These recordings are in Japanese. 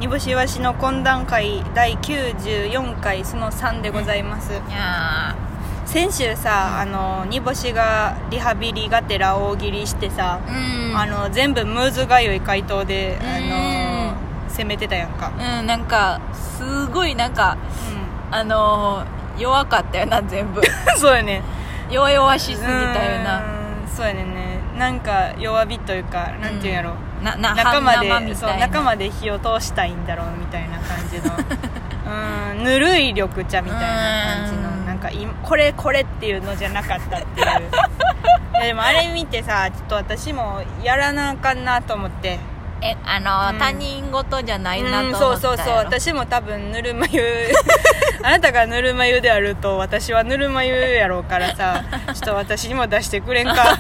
煮干しわしの懇談会第94回その3でございます、 いや先週さ、煮干しがリハビリがてら大喜利してさ、全部ムーズがゆい回答で、攻めてたやんか。 なんかすごいなんか、弱かったよな全部そうやね、 弱々しすぎたよな。 そうやねんね、なんか弱火というか、なんていうんやろ、 仲間で火を通したいんだろうみたいな感じのぬるい緑茶みたいな感じの、なんかこれっていうのじゃなかったっていういやでもあれ見てさ、ちょっと私もやらなあかんなと思って、 他人事じゃないなと思ったやろ。 そう私も多分ぬるま湯あなたがぬるま湯であると私はぬるま湯やろうからさ、ちょっと私にも出してくれんか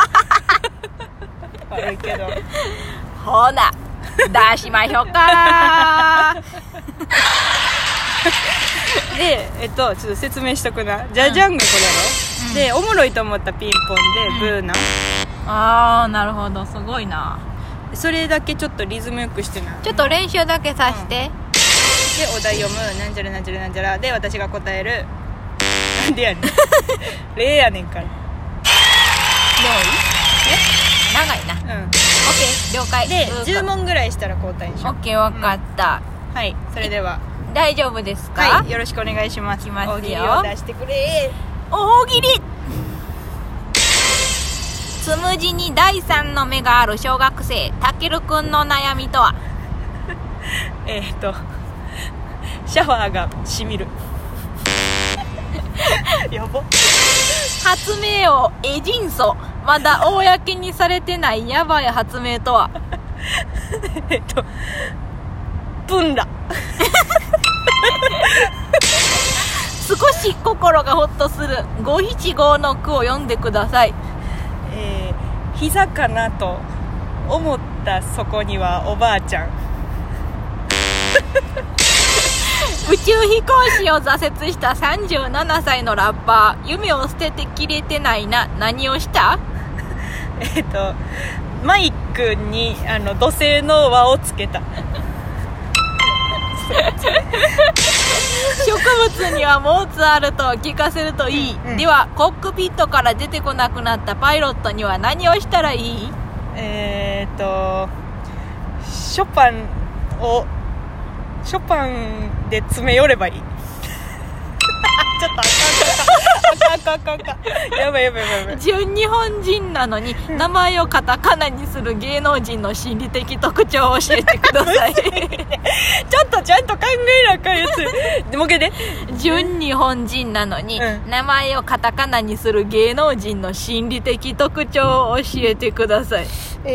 悪いけど、 ほな出しましょうかでちょっと説明しとくな。ジャジャンがこれやろ、でおもろいと思ったピンポンでブーナ、 あーなるほど、すごいな。 それだけちょっとリズムよくしてな。 ちょっと練習だけさして、 でお題読む、なんちゃらなんちゃらなんちゃらで私が答える。なんでやねん例やねんから。でも長いな。オッケー了解で10問ぐらいしたら交代しよう。 オッケーわかった、 はい、それでは大丈夫ですか。 はい、よろしくお願いします。大喜利を出してくれ。 大喜利。つむじに第3の目がある小学生たけるくんの悩みとは。 シャワーがしみるやば。 発明王エジンソ、まだ公にされてないやばい発明とは。 プンラ少し心がホッとする五七五の句を読んでください。 膝かなと思ったそこにはおばあちゃん宇宙飛行士を挫折した37歳のラッパー、夢を捨ててきれてないな、何をした？ マイクに土星の輪をつけた植物にはモーツァルトを聴かせるといい、ではコックピットから出てこなくなったパイロットには何をしたらいい？ ショパンで詰め寄ればいいちょっとあかんやばい純日本人なのに名前をカタカナにする芸能人の心理的特徴を教えてくださいちょっとちゃんと考えなあかんやつもう一回で。 純日本人なのに、名前をカタカナにする芸能人の心理的特徴を教えてください。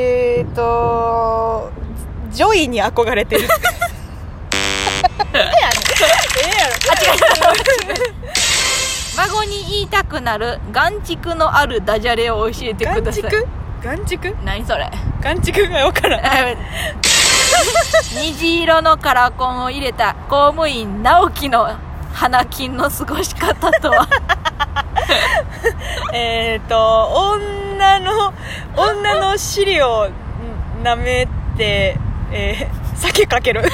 ジョイに憧れてる孫に言いたくなる眼蓄のあるダジャレを教えてください。 眼蓄何それ。 眼蓄が分からん虹色のカラコンを入れた公務員直樹の花金の過ごし方とは女の尻を舐めて、酒かける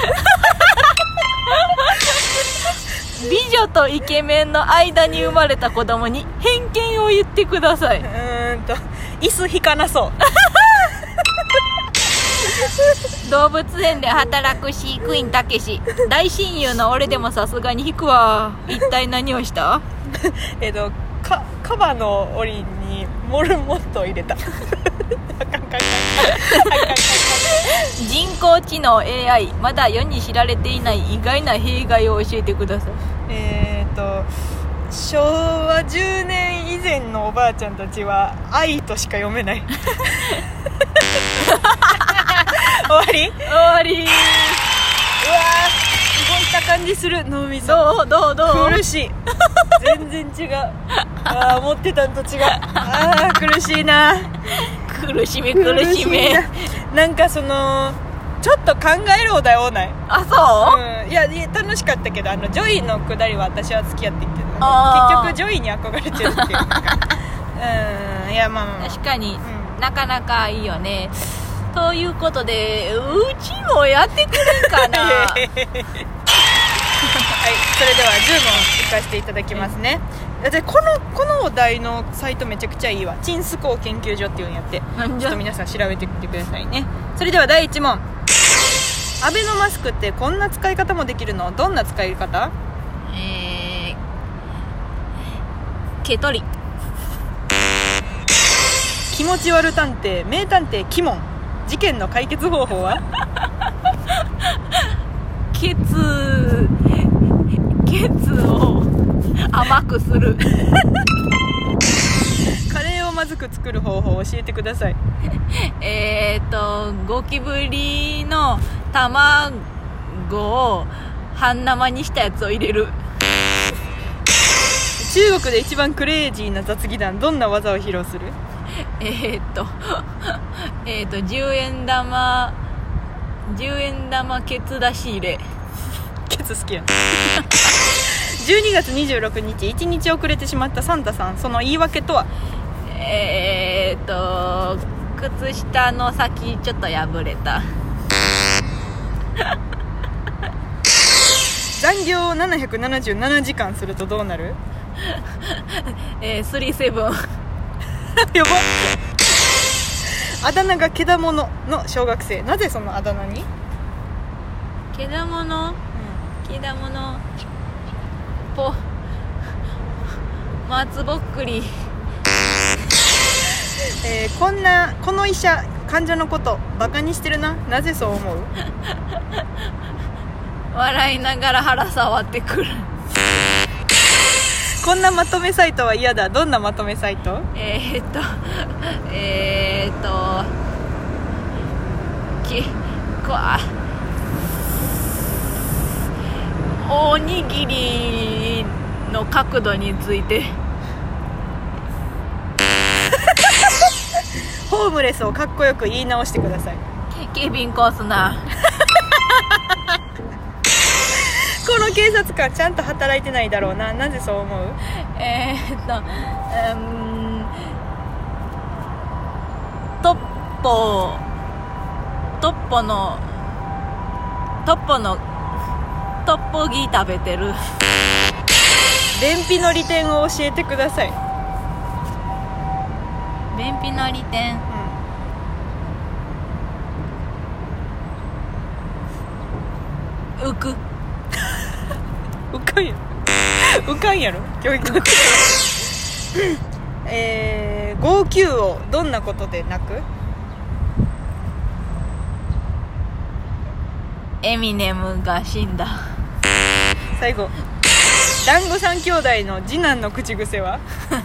美女とイケメンの間に生まれた子供に偏見を言ってください。 椅子引かなそう動物園で働く飼育員たけし、大親友の俺でもさすがに引くわ。一体何をしたカバの檻にモルモットを入れた人工知能 AI、 まだ世に知られていない意外な弊害を教えてください。 昭和10年以前のおばあちゃんたちは愛としか読めない終わり。うわ動いた感じする脳みそ。 どう苦しい全然違う。思ってたんと違う。苦しいな。 苦しめなんかちょっと考えるお題多ない？ あ、そう？ いや楽しかったけど、ジョイのくだりは私は付き合っていってる。結局ジョイに憧れてるっていうかいやまあ確かに、なかなかいいよね。 ということでうちもやってくれんかなはい、それでは10問いかせていただきますね。でこのお題のサイトめちゃくちゃいいわ。チンスコー研究所っていうんやって、ちょっと皆さん調べてみてくださいね。それでは第1問。アベノマスクってこんな使い方もできるの？どんな使い方？ 毛取り。 気持ち悪探偵名探偵キモン、事件の解決方法は？ ケツを甘くする。 カレーをまずく作る方法を教えてください。 ゴキブリの卵を半生にしたやつを入れる。 中国で一番クレイジーな雑技団、どんな技を披露する ？10円玉ケツ出し入れ。 ケツ好きやん。12月26日1日遅れてしまったサンタさん、その言い訳とは？ 靴下の先ちょっと破れた。 残業を777時間するとどうなる ?37 やば。あだ名がけだものの小学生、なぜそのあだ名に？ けだもの、けだもの松ぼっくり。 この医者患者のことバカにしてるな、なぜそう思う？ 笑いながら腹触ってくる。 こんなまとめサイトは嫌だ、どんなまとめサイト？ おにぎりの角度について。 ホームレスをかっこよく言い直してください。 ケビン・コスナー。 この警察官ちゃんと働いてないだろうな、なぜそう思う？ トッポギ食べてる。 便秘の利点を教えてください。 便秘の利点、浮く。 浮かんやろ教育。号泣をどんなことで泣く？ エミネムが死んだ。 最後、団子三兄弟の次男の口癖は？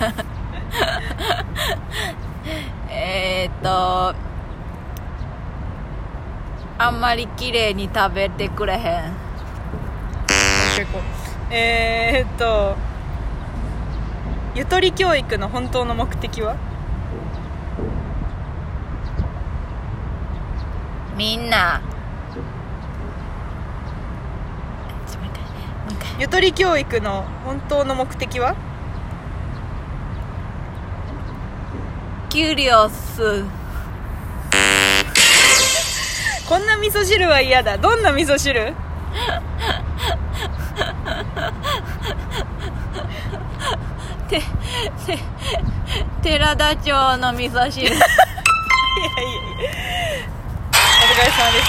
あんまり綺麗に食べてくれへん。 ゆとり教育の本当の目的は？ みんなゆとり教育の本当の目的は？ キュリオス。 こんな味噌汁は嫌だ、どんな味噌汁？ 寺田町の味噌汁。いやいや、 お疲れ様でした。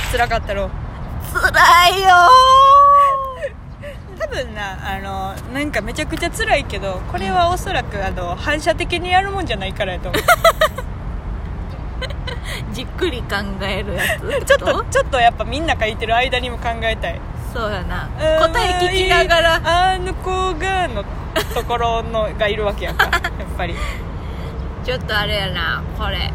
辛かったろ？ 辛いよー。多分な、なんかめちゃくちゃ辛いけど、これはおそらく反射的にやるもんじゃないからやと思う。 じっくり考えるやつ。 ちょっとやっぱみんな書いてる間にも考えたい。 そうやな、答え聞きながら子がのところのがいるわけやんか。やっぱりちょっとあれやな、これ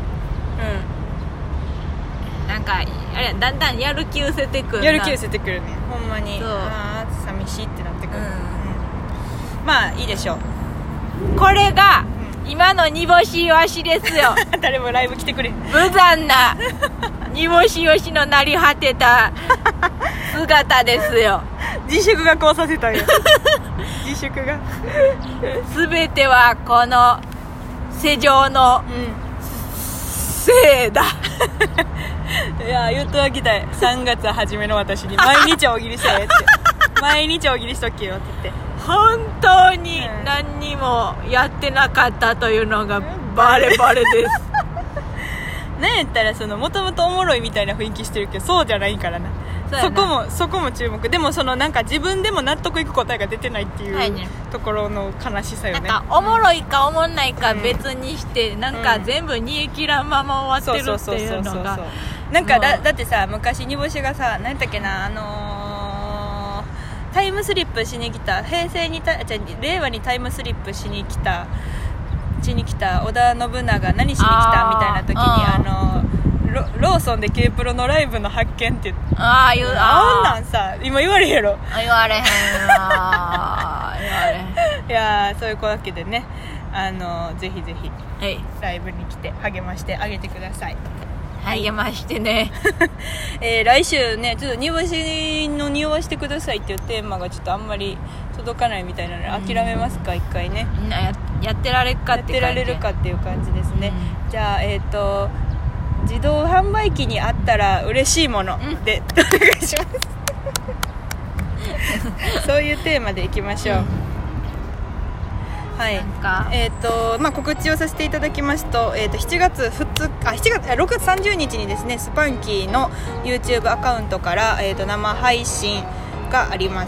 なんかあれだんだんやる気失せてくる。 やる気失せてくるね、ほんまに。 そう、 寂しいってなってくる。まあいいでしょう。 これが今の煮干しわしですよ。 誰もライブ来てくれ。 無残な煮干しわしの成り果てた姿ですよ。 自粛がこうさせたんや。自粛が。 全てはこの世上のせいだいや言っときたい、3月初めの私に毎日大喜利せえって毎日大喜利しときよって言って、 本当に何にもやってなかったというのがバレバレですなんやったらもともとおもろいみたいな雰囲気してるけどそうじゃないからな。そこも注目。でもなんか自分でも納得いく答えが出てないっていう、はいね、ところの悲しさよね。 なんかおもろいかおもんないか別にして、なんか全部煮え切らんまま終わってるっていうのがなんかだってさ、昔煮干しがさ、何やったっけな、タイムスリップしに来た令和にタイムスリップしに来た織田信長何しに来たみたいな時にローソンで K プロのライブの発見って言って、あんなんさ今言われへんやろ。 言われへんわいやそういうわけでね、ぜひぜひライブに来て励ましてあげてください。 励ましてね来週ねちょっと煮干しの匂わしてくださいっていうテーマがちょっとあんまり届かないみたいなので諦めますか、一回ね。 みんなやってられるかっていう感じですね、じゃあ自動販売機にあったら嬉しいもので、お願いしますそういうテーマでいきましょう、はい。告知をさせていただきますと、6月30日にですね、スパンキーの YouTube アカウントから、生配信があります。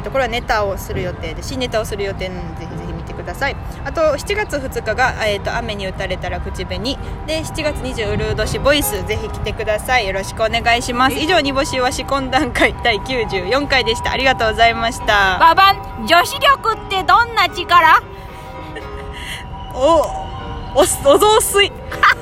これはネタをする予定で、新ネタをする予定なのでぜひぜひ見てください。あと7月2日が、雨に打たれたら口紅で、7月20ウルードシボイス、ぜひ来てください。よろしくお願いします。以上、煮干しわし懇談会第94回でした。ありがとうございました。 ババン、女子力ってどんな力？ お雑炊